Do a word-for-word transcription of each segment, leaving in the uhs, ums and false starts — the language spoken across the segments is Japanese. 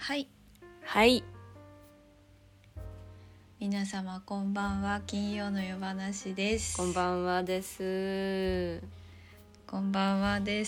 はいはい、 皆様こんばんは。金曜の夜話です。 こんばんはです。 こんばんはです。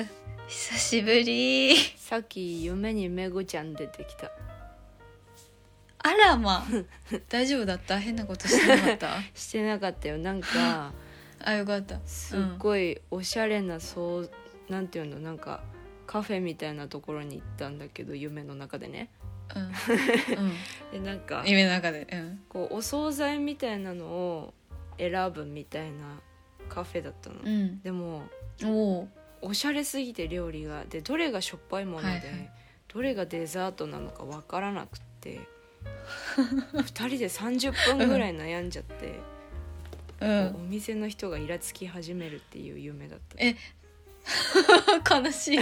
久しぶり。 さっき夢にめぐちゃん出てきた。 あらま大丈夫だった？変なことしてなかった？ してなかったよ。なんかあ、よかった。 すっごいおしゃれな、そうなんていうの、なんかカフェみたいなところに行ったんだけど、夢の中でね。 うん、うん、 でなんか夢の中で、うん、 こうお惣菜みたいなのを選ぶみたいなカフェだったの、 うん、 でもおおしゃれすぎて料理がで、どれがしょっぱいもので、はいはい、どれがデザートなのかわからなくってふたりでさんじゅっぷんぐらい悩んじゃって、うん、お店の人がイラつき始めるっていう夢だった。 え悲しい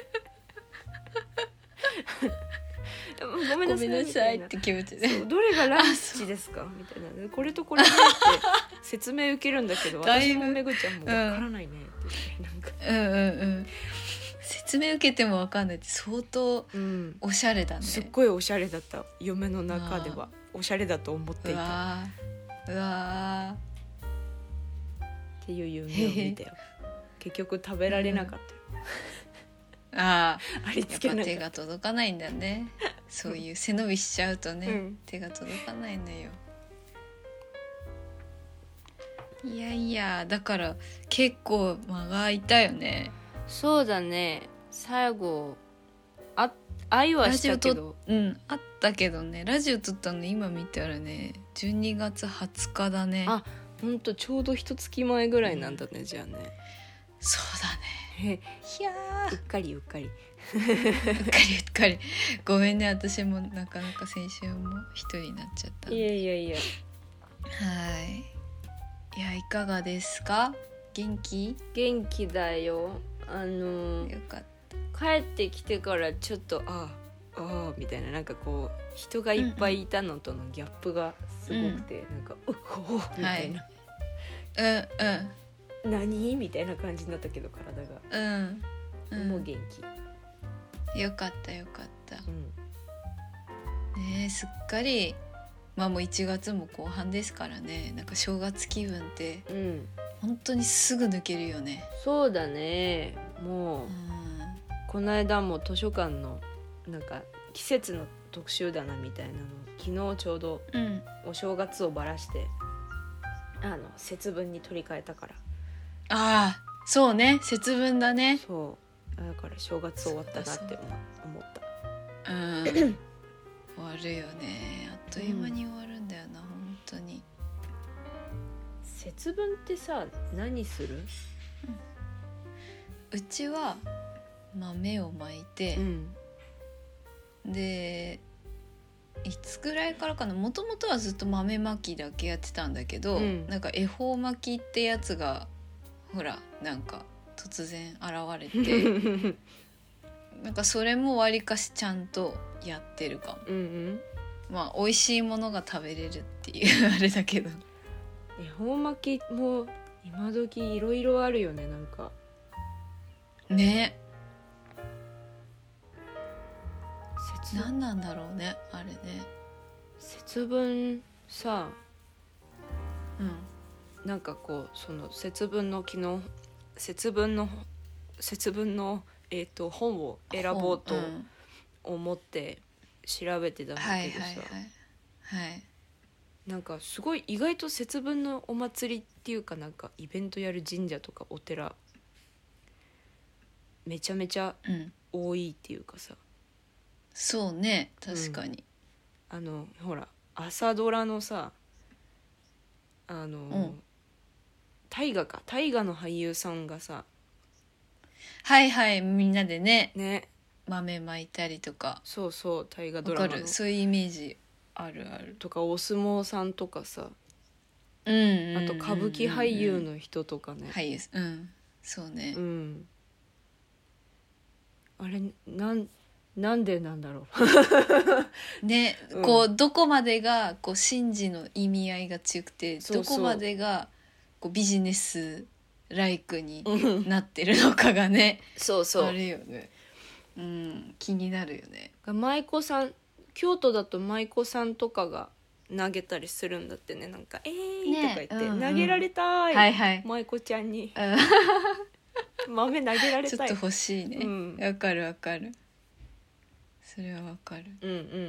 ごめんなさい、 ごめんなさいって気持ちで、 どれがランチですかみたいな、これとこれって説明受けるんだけど私もめぐちゃんもわからないねってなんかうんうんうん説明受けてもわかんないって相当おしゃれだね、うん、 すっごいおしゃれだった。夢の中ではおしゃれだと思っていた。うわーうわーっていう夢を見たよ結局食べられなかったよ、 うん、あありつけなかった。 やっぱ手が届かないんだねそういう背伸びしちゃうとね、うん、手が届かないのよ。いやいやだから結構間が空いたよね。 そうだね、最後あ愛はしたけど、 うん、あったけどね。ラジオ撮ったの今見たらねじゅうにがつはつかだね。 あ、ほんとちょうど一月前ぐらいなんだね、うん、じゃあね。 そうだねいやうっかりうっかりうっかりうっかりごめんね、私もなかなか先週も一人になっちゃった。 いやいやいや、 はい。いやいかがですか？元気？ 元気だよ。あのよかった。 帰ってきてからちょっとああああみたいな、なんかこう人がいっぱいいたのとのギャップがすごくて、うん、なんかうっほみたいな、はい、うんうん何みたいな感じになったけど体が、うんうん、もう元気。よかったよかった、うん、ねえすっかりまあもういちがつも後半ですからね。なんか正月気分って、うん、本当にすぐ抜けるよね。 そうだね。もう、うん、この間も図書館のなんか季節の特集棚みたいなの昨日ちょうどお正月をばらして、うん、あの節分に取り替えたから。 ああそうね、節分だね。 そうだから正月終わったなって思った。 うん終わるよね、あっという間に終わるんだよな、うん、本当に。 節分ってさ何する？ うちは豆をまいて、うん、でいつぐらいからかな、もともとはずっと豆まきだけやってたんだけど、うん、なんか恵方巻きってやつがほらなんか突然現れてなんかそれもわりかしちゃんとやってるかも、うんうん、まあ美味しいものが食べれるっていうあれだけど。 恵方巻きも今時いろいろあるよね、なんかね。何なんだろうねあれね。 節分さ、うん、なんかこうその節分の昨日節分の節分のえっと本を選ぼうと思って調べてたんだけどさ、はいはいはいはい、なんかすごい意外と節分のお祭りっていうかなんかイベントやる神社とかお寺めちゃめちゃ多いっていうかさ、うん、 そうね確かに、 うん、あのほら朝ドラのさあの、うん、大河か大河の俳優さんがさ、 はいはいみんなでねね豆まいたりとか、 そうそう大河ドラマのわかる、そういうイメージあるあるとか、お相撲さんとかさ、うんうんうんうん、あと歌舞伎俳優の人とかね、 俳優、うんそうね、うん、 あれなんなんでなんだろうね、うん、こうどこまでがこう神事の意味合いが強くて、そうそうどこまでがこうビジネスライクになってるのかがねそうそうあるよね。 うん、気になるよね。 舞妓さん、京都だと舞妓さんとかが投げたりするんだってね。なんか「えーい」とか言って、 ねうんうん、 投げられたい、 はいはい、 舞妓ちゃんに豆投げられたい。 ちょっと欲しいね。わ、うん、かるわかる。それはわかる。 うんうん。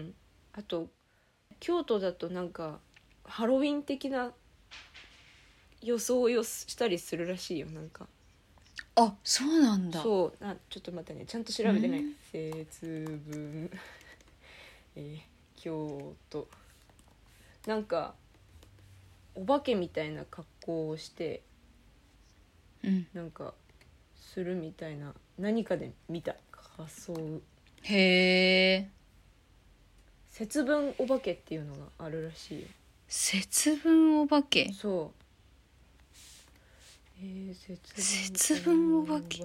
あと京都だとなんかハロウィン的な装いをしたりするらしいよ。なんかあ、そうなんだ。 そうあちょっと待ってね、ちゃんと調べてない。節分えー、京都なんかお化けみたいな格好をして、 うん、 なんかするみたいな、何かで見た仮装。 へえ。 節分お化けっていうのがあるらしいよ。 節分お化け。 そう。えー、 節分お化け。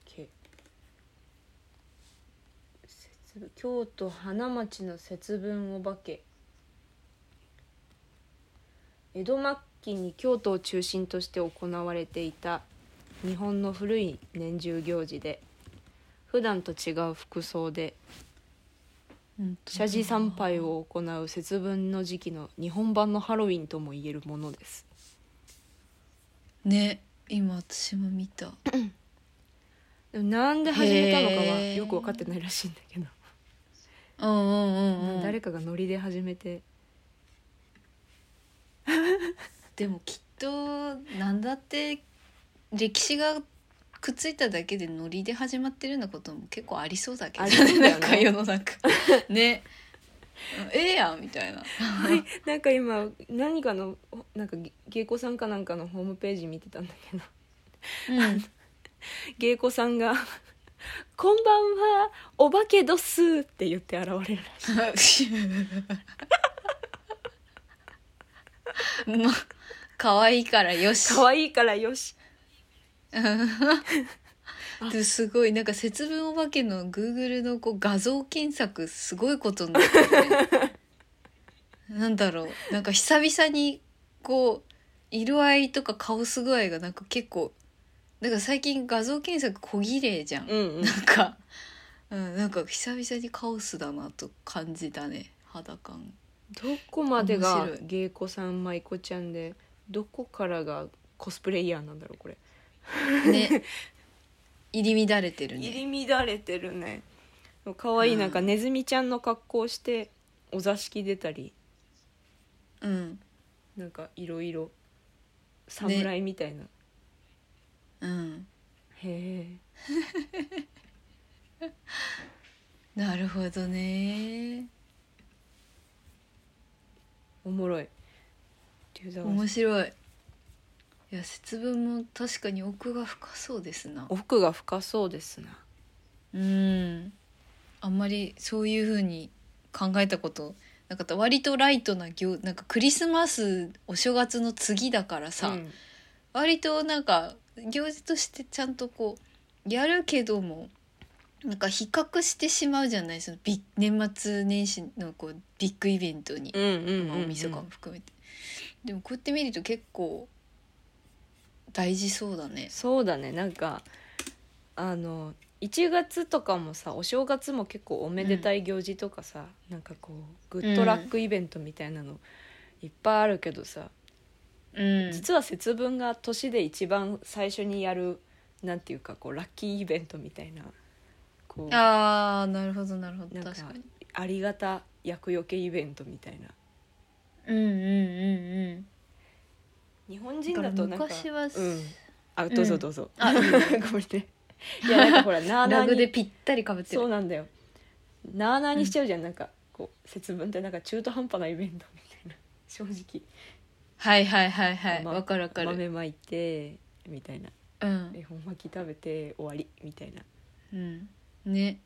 節分京都花町の節分お化け。江戸末期に京都を中心として行われていた日本の古い年中行事で、普段と違う服装で社寺参拝を行う節分の時期の日本版のハロウィンとも言えるものですね。今私も見た。 でもなんで始めたのかはよく分かってないらしいんだけど、 うんうんうんうん、 誰かがノリで始めてでもきっとなんだって歴史がくっついただけでノリで始まってるようなことも結構ありそうだけどね、なんか世の中ねええやんみたいななんか今何かのなんか芸妓さんかなんかのホームページ見てたんだけど、うん、芸妓さんがこんばんはお化けどすって言って現れるらしいま、可愛いからよし可愛いからよしすごいなんか節分お化けの Google のこう画像検索すごいことになってるねなんだろう、なんか久々にこう色合いとかカオス具合がなんか結構だから最近画像検索小綺麗じゃん、うんうん、なんか、うん、なんか久々にカオスだなと感じたね、肌感。 どこまでが芸妓さん舞妓ちゃんでどこからがコスプレイヤーなんだろうこれね入り乱れてるね。 入り乱れてるね。かわいい、なんかネズミちゃんの格好してお座敷出たり、 うん、 なんかいろいろ侍みたいな、ね、 うん、 へえなるほどね。 おもろい。 面白い。いや節分も確かに奥が深そうですな。 奥が深そうですな。 うん。あんまりそういう風に考えたことなかった。割とライトな行なんかクリスマスお正月の次だからさ、うん、割となんか行事としてちゃんとこうやるけどもなんか比較してしまうじゃない、そのビ年末年始のこうビッグイベントに、うんうんうんうん、おみそかも含めて。でもこうやって見ると結構大事そうだね。 そうだね。なんかあのいちがつとかもさ、お正月も結構おめでたい行事とかさ、うん、なんかこうグッドラックイベントみたいなのいっぱいあるけどさ、うん、実は節分が年で一番最初にやるなんていうかこうラッキーイベントみたいな、こうあーなるほどなるほど、 確かにありがた厄除けイベントみたいな。 うんうんうんうん。 日本人だとなんか昔は、うん、 あどうぞどうぞ、うん、あごめんね。いやなんかほらなーなーにラグでぴったりかぶってる。 そうなんだよ。なーなーにしちゃうじゃん、うん、なんかこう節分ってなんか中途半端なイベントみたいな正直。 はいはいはいはい、わ、ま、かるわかる。 豆まいてみたいな、 うん、 恵方巻き食べて終わりみたいな。 うんね。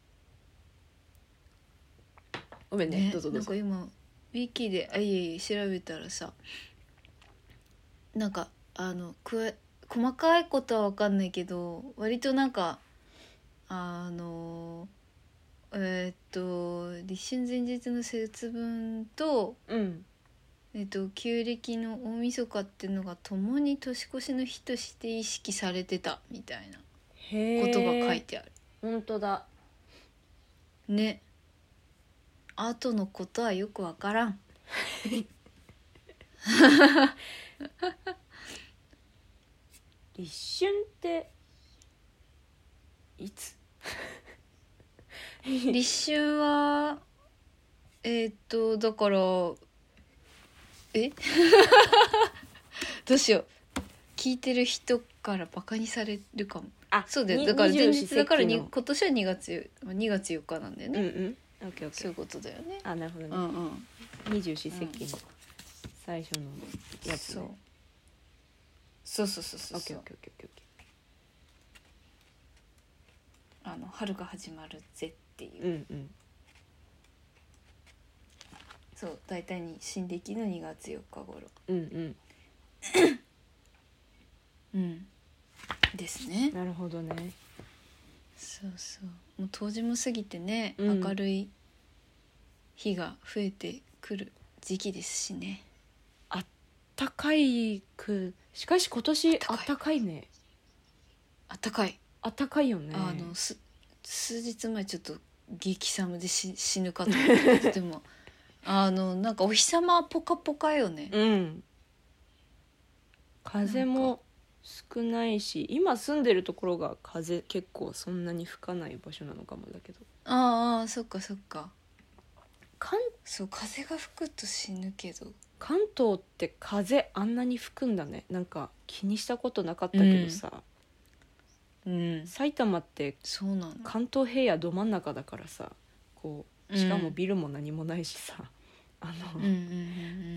ごめんね、ね、どうぞどうぞ。 なんか今ウィキであいい調べたらさ、なんかあのく細かいことは分かんないけど割となんかあのえー、っと立春前日の節分と、うんえー、っと旧暦の大晦日っていうのが共に年越しの日として意識されてたみたいなことが書いてある。 本当だ。 ね、後のことはよくわからん立春っていつ立春はえー、っとだからえどうしよう、聞いてる人からバカにされるかも。 あ、 そうだよ、だから前日だからに今年はにがつにがつよっかなんだよね。 うんうん、オッケーオッケー、 そういうことだよね。 あ、なるほどね、 うんうん、 二十四節気の最初のやつ、ね、 そうそうそうそうそうそう、 オッケーオッケーオッケーオッケー、あの春が始まるぜっていう、 うんうん、 そう大体に新暦のにがつよっか頃、 うんうんうんですね。 なるほどね。 そうそう、もう冬至も過ぎてね、 うん、 明るい日が増えてくる時期ですしね。 あったかいく、しかし今年あったかいね。 あったかい、 あったかいよね。 あのす数日前ちょっと激寒でし死ぬかと思ってでもあのなんかお日様ポカポカよね。 うん、風も少ないし、今住んでるところが風結構そんなに吹かない場所なのかもだけど、 ああそっかそっか、 関そう風が吹くと死ぬけど、 関東って風あんなに吹くんだね。なんか気にしたことなかったけどさ、 うん、 埼玉ってそうなの、 関東平野ど真ん中だからさ、こうしかもビルも何もないしさ、あの、 うんうんうんうん、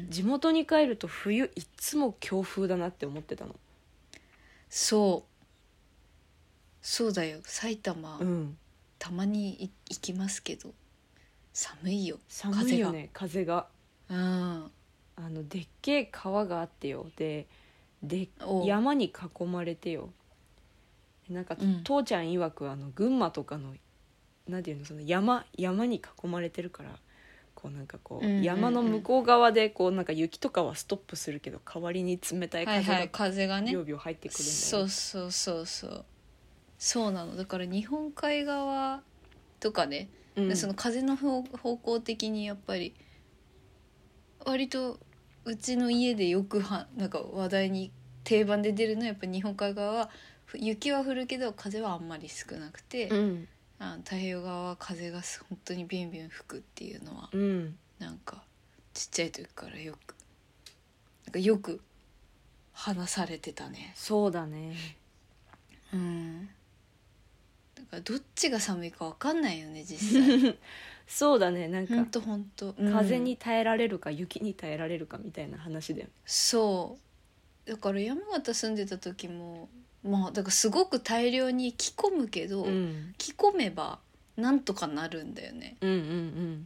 地元に帰ると冬いっつも強風だなって思ってたの。 そうそうだよ、埼玉、 うん、 たまに行きますけど寒いよ、 寒いよね、風が。 うん、 あのでっけえ川があってよ、でで山に囲まれてよ、なんか、うん、父ちゃん曰くあの群馬とかのなんていうの、その山山に囲まれてるから、こうなんかこう、うんうんうん、山の向こう側でこうなんか雪とかはストップするけど、代わりに冷たい風が、はいはい、 風がねビョウビョウ入ってくるんだよね。 そうそうそうそうそうなの。だから日本海側とかね、うん、その風の方向的にやっぱり割とうちの家でよくはなんか話題に定番で出るのはやっぱ日本海側は雪は降るけど風はあんまり少なくて、うん、あ太平洋側は風が本当にビュンビュン吹くっていうのは、うん、なんかちっちゃい時からよくなんかよく話されてたね。 そうだね、 うん、だからどっちが寒いか分かんないよね実際そうだね、なんかほんとほんと、 うん、風に耐えられるか雪に耐えられるかみたいな話だよね。 そうだから山形住んでた時もまあだからすごく大量に着込むけど、うん、着込めばなんとかなるんだよね、 うんうんうん、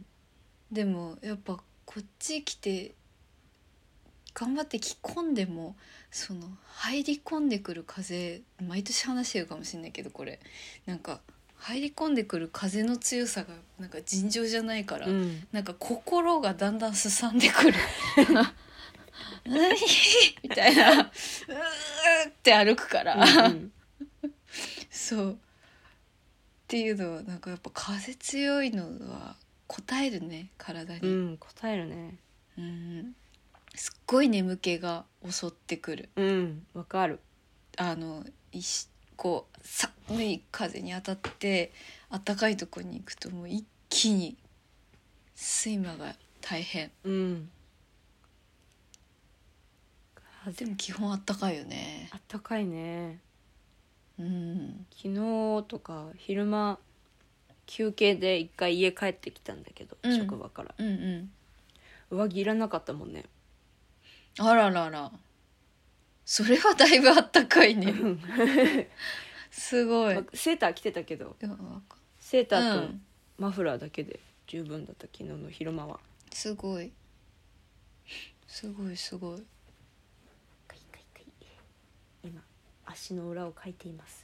でもやっぱこっち来て頑張って着込んでもその入り込んでくる風、毎年話してるかもしれないけどこれなんか入り込んでくる風の強さがなんか尋常じゃないから、うん、なんか心がだんだんすさんでくる何みたいなうーって歩くから、うんうん、そうっていうのはなんかやっぱ風強いのは応えるね体に、 うん、応えるね、 うん、すっごい眠気が襲ってくる。 うんわかる。 あのこう寒い風に当たって暖かいとこに行くともう一気に睡魔が大変、うん、でも基本暖かいよね。 暖かいね、 うん、 昨日とか昼間休憩で一回家帰ってきたんだけど、うん、職場から、うんうん、上着いらなかったもんね。 あららら、それはだいぶあったかいねすごい、まあ、 セーター着てたけどセーターとマフラーだけで十分だった、昨日の昼間は。 すごいすごいすごい。 かいかいかい、今足の裏をかいています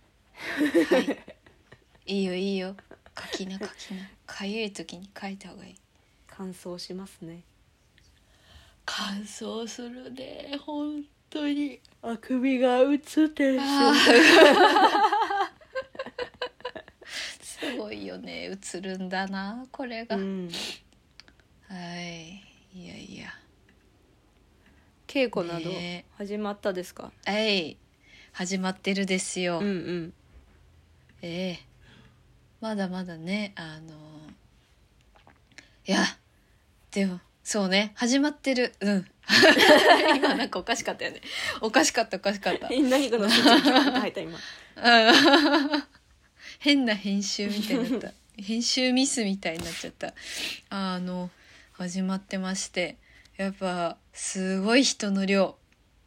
はいいいよいいよ、かきなかきな、かゆい時にかいた方がいい。 乾燥しますね。 乾燥するね本当に。 あくびが映ってるすごいよよね。映るんだなこれが、 うん、 はいいやいや稽古など始まったですか？ はい始まってるですよ、 うんうん、 ええまだまだねあのいやでもそうね始まってるうん今なんかおかしかったよねおかしかったおかしかった何かのスイッチが入った今変な編集みたいになった編集ミスみたいになっちゃったあの始まってましてやっぱすごい人の量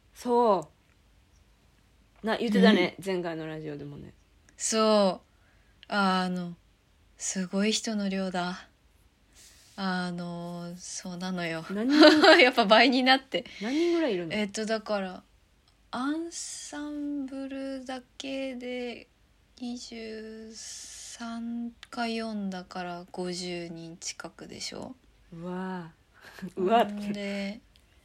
そうな言ってたね、うん、前回のラジオでもねそうあのすごい人の量だあのそうなのよやっぱ倍になって何人ぐらいいるの？ えっとだからアンサンブルだけでにじゅうさんかよんだからごじゅうにん近くでしょ。 うわうわってで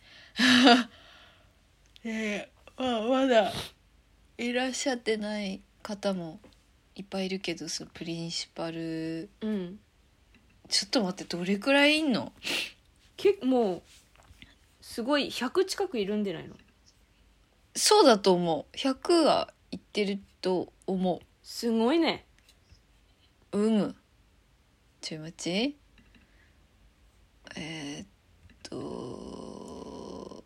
で、まあ、まだいらっしゃってない方もいっぱいいるけどそのプリンシパル、 うん、 ちょっと待ってどれくらいいんの？ けもうすごいひゃく近くいるんでないの？ そうだと思う。ひゃくはいってると思う。 すごいね。 うむちょい待ちえー、っと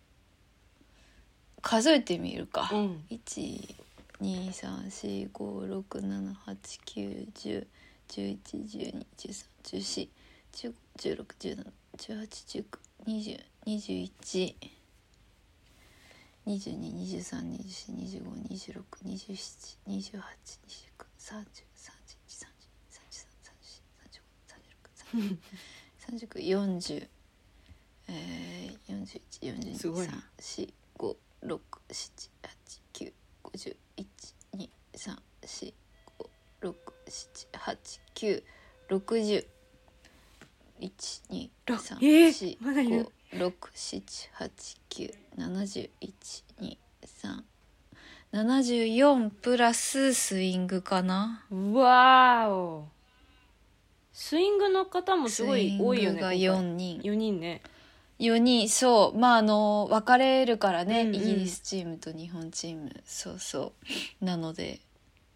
数えてみるか、 うん、 いちにさんしごろくななはちきゅうじゅうじゅういちじゅうにじゅうさんじゅうよんじゅうごじゅうろくじゅうななじゅうはちじゅうきゅうにじゅうにじゅういちにじゅうに、にじゅうさん、にじゅうよん、にじゅうご、にじゅうろく、にじゅうなな、にじゅうはち、にじゅうきゅう、さんじゅう、さんじゅういち、さんじゅうに、さんじゅうさん、さんじゅうよん、さんじゅうご、さんじゅうろく、さんじゅうきゅう、よんじゅう、えー、よんじゅういち、よんじゅうに、さん、よん、ご、ろく、なな、はち、きゅう、ごじゅういち、に、さん、よん、ご、ろく、なな、はち、きゅう、ろくじゅういち、に、さん、よん、ご、ろく、なな、はち、きゅう、ななじゅういち、に、さん、ななじゅうよんプラススイングかな。 うわーおスイングの方もすごい多いよね。スイングがよにんよにんねよにんそうまああの分かれるからね、うんうん、イギリスチームと日本チームそうそうなので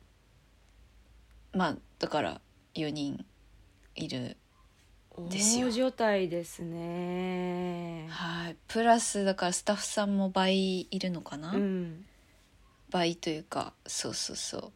まあだからよにんいるですよ。 大所帯ですね。 はいプラスだからスタッフさんも倍いるのかな、 うん、 倍というかそうそう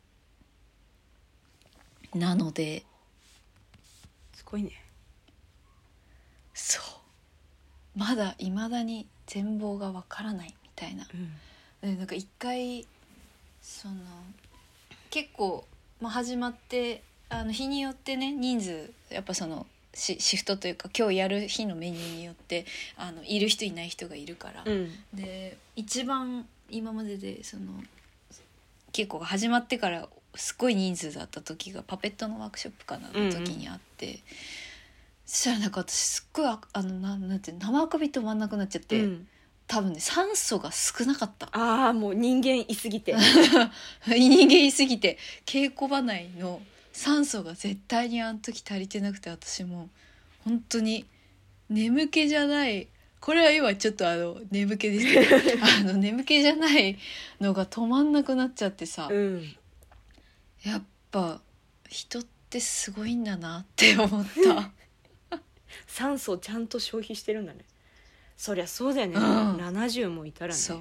そうなのですごいね。 そうまだいまだに全貌がわからないみたいな、うん、なんか一回その結構、まあ、始まってあの日によってね人数やっぱそのシ, シフトというか今日やる日のメニューによってあのいる人いない人がいるから、 うん、 で一番今まででその稽古が始まってからすごい人数だった時がパペットのワークショップかなの時にあって、うんうん、そしたらなんか私すっごいああのななんて生あくび止まんなくなっちゃって、うん、多分ね酸素が少なかった。 ああもう人間いすぎて人間いすぎて稽古場内の酸素が絶対にあの時足りてなくて私も本当に眠気じゃないこれは今ちょっとあの眠気ですけどあの眠気じゃないのが止まんなくなっちゃってさ、 うん、 やっぱ人ってすごいんだなって思った酸素をちゃんと消費してるんだね。そりゃそうだよね、うん、ななじゅうもいたらね。 そう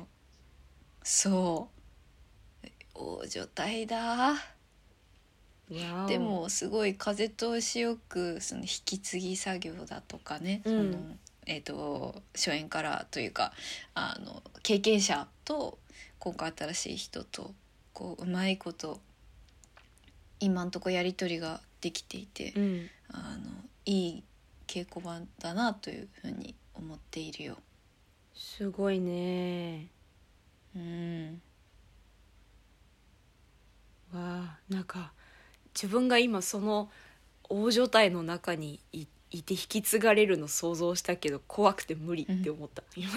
そう大所帯だ。でもすごい風通しよくその引き継ぎ作業だとかね、うん、そのえーと初演からというかあの経験者と今回新しい人とこううまいこと今んとこやり取りができていて、 うん、 あのいい稽古場だなというふうに思っているよ。 すごいね。 うんわあなんか自分が今その大所帯の中に い, いて引き継がれるの想像したけど怖くて無理って思った、うん、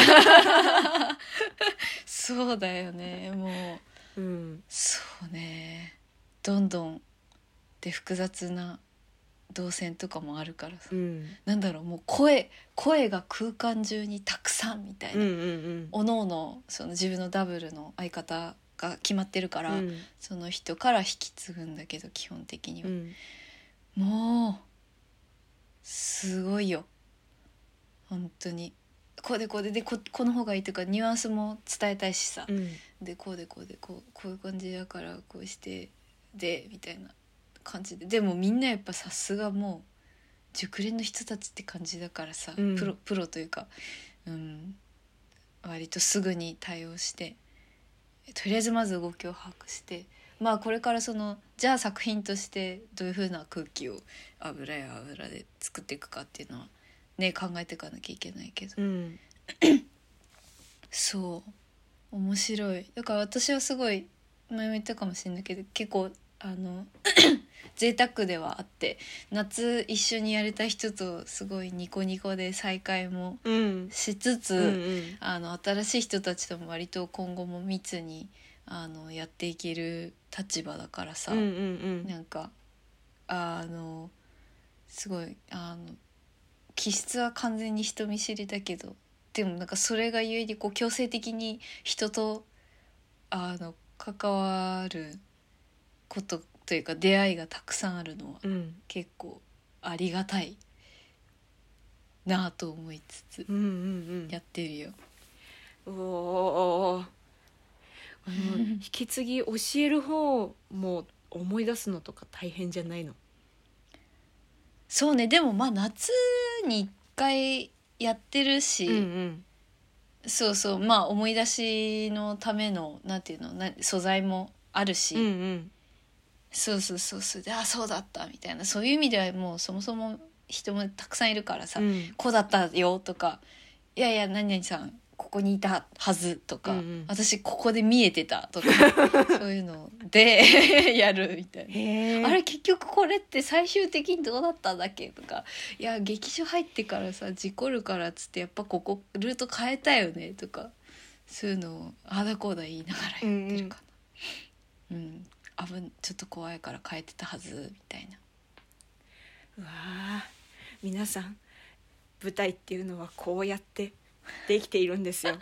そうだよねもう、 うん、 そうねどんどんで複雑な動線とかもあるからさ、 うん、 なんだろうもう声声が空間中にたくさんみたいな、 うんうんうん、 おのおのその自分のダブルの相方が決まってるから、 うん、 その人から引き継ぐんだけど基本的には、 うん、 もうすごいよ本当に。こうでこうでで こ, この方がいいとかニュアンスも伝えたいしさ、 うん、 でこうでこうでこうこういう感じだからこうしてでみたいな感じで、でもみんなやっぱさすがもう熟練の人たちって感じだからさ、 うん、 プロプロというか、うん、割とすぐに対応して、とりあえずまず動きを把握して、まあこれからそのじゃあ作品としてどういう風な空気を油や油で作っていくかっていうのはね考えていかなきゃいけないけど、 うん、 そう面白い。だから私はすごい前も言ったかもしれないけど結構あの贅沢ではあって、夏一緒にやれた人とすごいニコニコで再会もしつつ、 うんうん、 あの新しい人たちとも割と今後も密にあのやっていける立場だからさ、 うんうんうん、 なんかあのすごいあの気質は完全に人見知りだけど、でもなんかそれがゆえにこう強制的に人とあの関わることというか出会いがたくさんあるのは結構ありがたいなぁと思いつつやってるよ。 うんうんうん、おーあの引き継ぎ教える方も思い出すのとか大変じゃないの？ そうね、でもまあ夏にいっかいやってるし、 うんうん、 そうそう、まあ思い出しのためのなんていうのな素材もあるし、 うんうん、 そうそうそうそうで、あそうだったみたいな、そういう意味ではもうそもそも人もたくさんいるからさ、 うん、 こうだったよとか、いやいや何々さんここにいたはずとか、 うんうん、 私ここで見えてたとかそういうのでやるみたいな。 へあれ結局これって最終的にどうだったんだっけとか、いや劇場入ってからさ事故るからっつってやっぱここルート変えたよねとか、そういうのをあだこうだ言いながらやってるかな。うん、うんあぶちょっと怖いから変えてたはずみたいな。 うわー、皆さん舞台っていうのはこうやってできているんですよ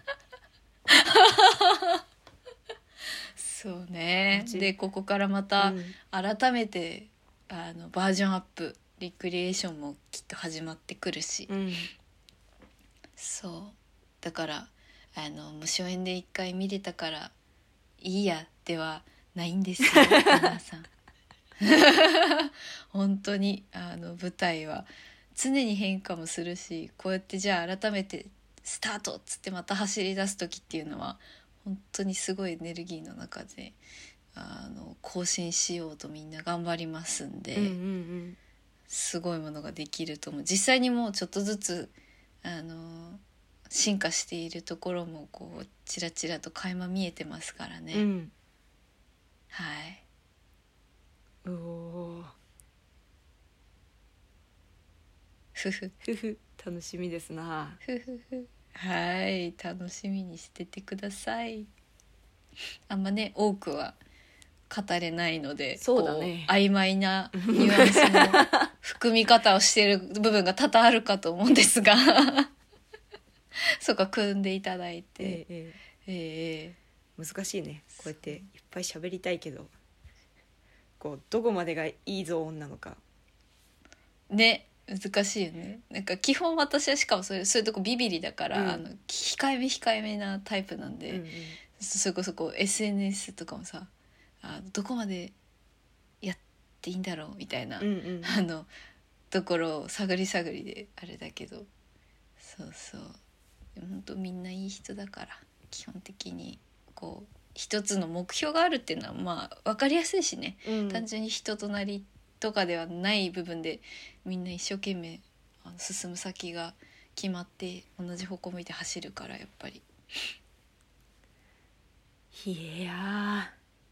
そうね。でここからまた改めて、うん、あのバージョンアップリクリエーションもきっと始まってくるし、 うん、 そうだからあの無償演で一回見れたからいいやではないんですよ皆さん本当にあの舞台は常に変化もするし、こうやってじゃあ改めてスタートっつってまた走り出す時っていうのは本当にすごいエネルギーの中であの更新しようとみんな頑張りますんで、 うんうんうん、 すごいものができると思う。実際にもうちょっとずつあの進化しているところもこうチラチラと垣間見えてますからね、 うん、 はい。 おーふふふふ楽しみですな。 ふふふはい楽しみにしててください。あんまね多くは語れないので、 そうだね、 こう曖昧なニュアンスの含み方をしている部分が多々あるかと思うんですがそうか組んでいただいて、えええええ、難しいね。こうやっていっぱい喋りたいけど、こうどこまでがいいゾーンなのかね難しいよね。なんか基本私はしかもそういう、そういうとこビビリだから、 うん、 あの控えめ控えめなタイプなんで、 うんうん、 それこそこう エスエヌエス とかもさあどこまでやっていいんだろうみたいな、 うんうん、 あのところを探り探りであれだけど、そうそうでも本当みんないい人だから基本的にこう一つの目標があるっていうのはまあ分かりやすいしね、 うん、 単純に人となりとかではない部分でみんな一生懸命あの進む先が決まって同じ方向向いて走るからやっぱりいや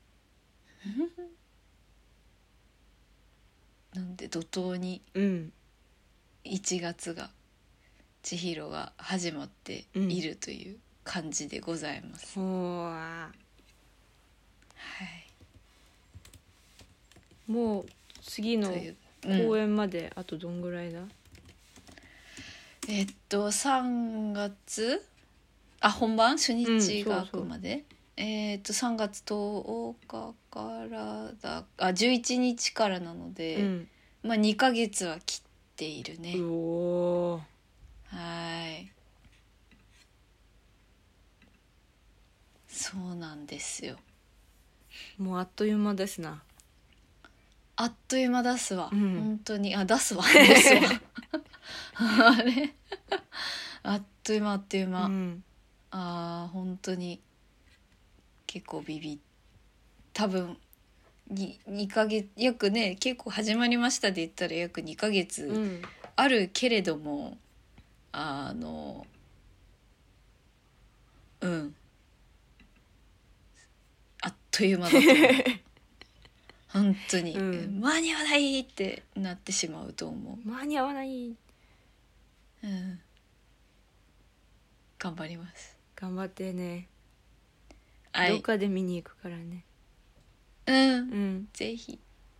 なんで怒涛にいちがつが千尋が始まっているという感じでございます、 うん、ほわはい、 もう次の公演まであとどんぐらいだ？ えっとさんがつあ本番初日があくまで、うん、そうそうえっとさんがつとおかからだあじゅういちにちからなので、うん、まあにかげつは切っているね。 おはいそうなんですよ。 もうあっという間ですな。 あっという間出すわ、うん、本当にあ出すわ出すわあれあっという間あっという間、うん、あ本当に結構ビビ多分ににかげつ約ね結構始まりましたで言ったら約にかげつあるけれども、うん、あのうんあっという間だと思う本当に、うん、間に合わないってなってしまうと思う。間に合わない、 うん、頑張ります。 頑張ってね、はい、どっかで見に行くからね。 うん、うん、ぜひ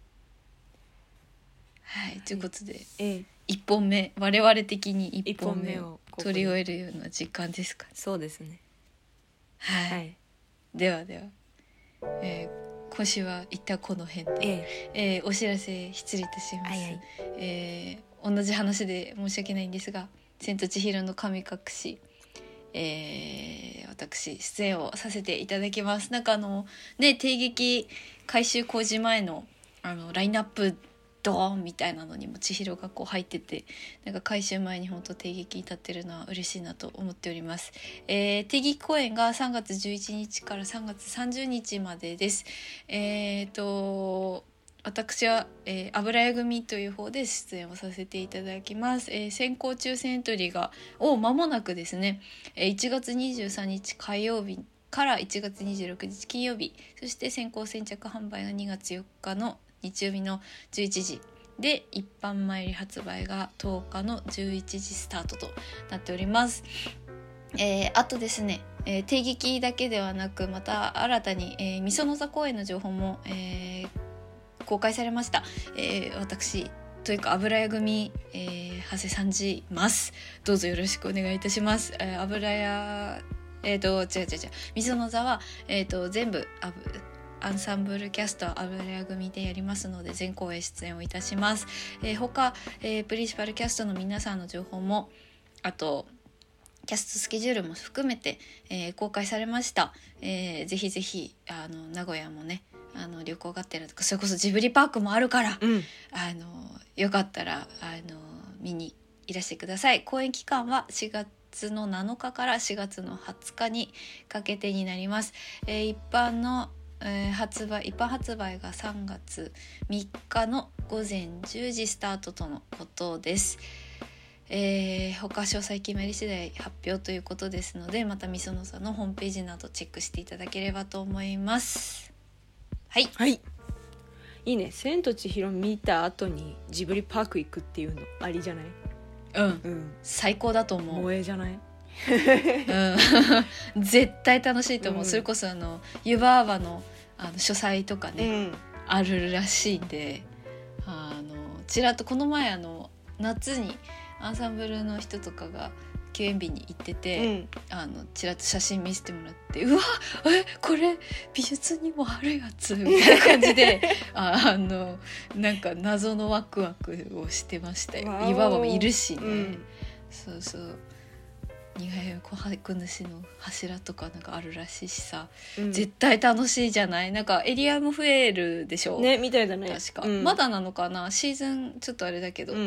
はい、はい、ということで、ええ、いっぽんめ我々的にいっぽんめを取り終えるような時間ですかね。 そうですね、 はい、はい、ではでは、えー今週は一旦この辺で、えええー、お知らせ失礼いたします、はいはいえー、同じ話で申し訳ないんですが千と千尋の神隠し、えー、私出演をさせていただきます。なんかあのね帝劇改修工事前のあのラインナップドーンみたいなのにも千尋がこう入っててなんか改修前に本当帝劇に立ってるのは嬉しいなと思っております。えー、帝劇公演がさんがつじゅういちにちからさんがつさんじゅうにちまでです。えーと私は、えー、油屋組という方で出演をさせていただきます。えー、先行抽選エントリーがお間もなくですね、えー、いちがつにじゅうさんにち火曜日からいちがつにじゅうろくにち金曜日、そして先行先着販売がにがつよっかの日曜日のじゅういちじで、一般前売発売がとおかのじゅういちじスタートとなっております。えー、あとですね、えー、帝劇だけではなくまた新たに、えー、御園座公演の情報も、えー、公開されました。えー、私というか油屋組、えー、長谷さんじますどうぞよろしくお願いいたします。えー、油屋えっ、ー、と違う違う違う御園座は、えー、と全部あぶアンサンブルキャストは油屋組でやりますので全公演出演をいたします。えー、他、えー、プリンシパルキャストの皆さんの情報もあとキャストスケジュールも含めて、えー、公開されました。えー、ぜひぜひあの名古屋もねあの旅行がてらとかそれこそジブリパークもあるから、うん、あのよかったらあの見にいらしてください。公演期間はしがつのなのかからしがつのはつかにかけてになります。えー、一般のえー、発売一般発売がさんがつみっかのごぜんじゅうじスタートとのことです。えー、他詳細決まり次第発表ということですのでまたみその座のホームページなどチェックしていただければと思います。はい、 はい、いいね。千と千尋見た後にジブリパーク行くっていうのありじゃない？ うん、うん、最高だと思う。 萌えじゃない？ うん、絶対楽しいと思う、うん、それこそあの湯婆婆 の, あの書斎とかね、うん、あるらしいんであのちらっとこの前あの夏にアンサンブルの人とかが休園日に行ってて、うん、あのちらっと写真見せてもらってうわえこれ美術にもあるやつみたいな感じでああのなんか謎のワクワクをしてましたよ。湯婆婆もいるしね、うん、そうそうにがい琥珀主の柱とかなんかあるらしいしさ、うん、絶対楽しいじゃない。なんかエリアも増えるでしょねみたいだね確か、うん、まだなのかなシーズンちょっとあれだけど、うんうん、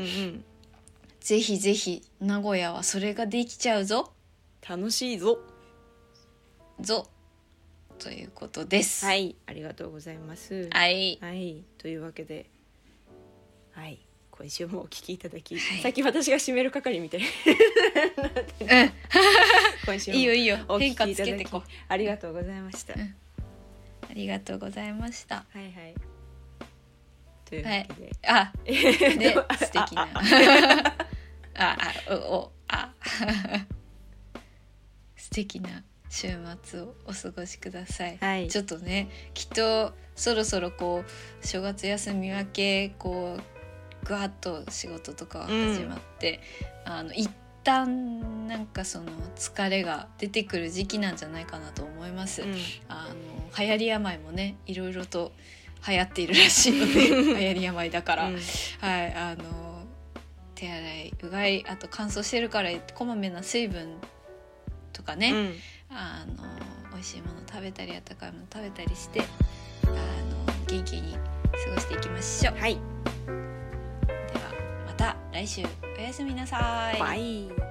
ぜひぜひ名古屋はそれができちゃうぞ楽しいぞぞということです。 はいありがとうございます。 はい、 はい、というわけではい今週もお聞きいただき、はい、さっき私が締める係みたいうん今週もいいよいいよ変化つけてこありがとうございました、うん、 ありがとうございました。 はいはいというわけで、 はい、あで素敵なああおおあ素敵な週末をお過ごしください、 はい、 ちょっとねきっとそろそろこう正月休み明けこうぐわっと仕事とか始まって、うん、あの一旦なんかその疲れが出てくる時期なんじゃないかなと思います、うん、あの流行り病もねいろいろと流行っているらしいので流行り病だから、うん、はいあの手洗いうがいあと乾燥してるからこまめな水分とかね、うん、あの美味しいもの食べたり温かいもの食べたりしてあの元気に過ごしていきましょう。 はい、 ではまた来週おやすみなさい。 バイ。